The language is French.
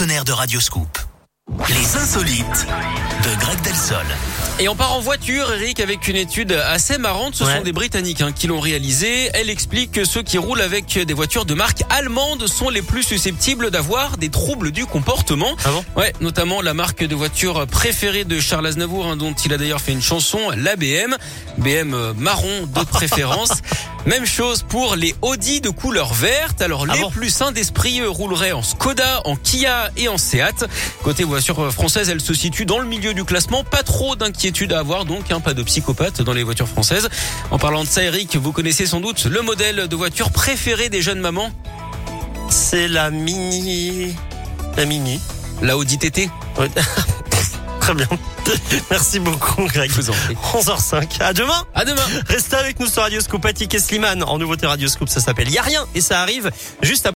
partenaire de Radioscoop. Les insolites de Greg Delsol. Et on part en voiture, Eric, avec une étude assez marrante. Ce sont des Britanniques qui l'ont réalisée. Elle explique que ceux qui roulent avec des voitures de marque allemande sont les plus susceptibles d'avoir des troubles du comportement. Ah bon ? Ouais, notamment la marque de voiture préférée de Charles Aznavour, dont il a d'ailleurs fait une chanson, la BM marron de préférence. Même chose pour les Audi de couleur verte. Alors les plus sains d'esprit rouleraient en Skoda, en Kia et en Seat. Côté voiture française, elle se situe dans le milieu du classement. Pas trop d'inquiétude à avoir donc, pas de psychopathe dans les voitures françaises. En parlant de ça, Eric, vous connaissez sans doute le modèle de voiture préféré des jeunes mamans ? C'est la Mini. La Audi TT. Ouais. Très bien. Merci beaucoup, Greg. Je vous en prie. 11h05. À demain. À demain. Restez avec nous sur Radioscoop. Attic et Slimane. En nouveauté Radioscoop, ça s'appelle Y'a rien. Et ça arrive juste après.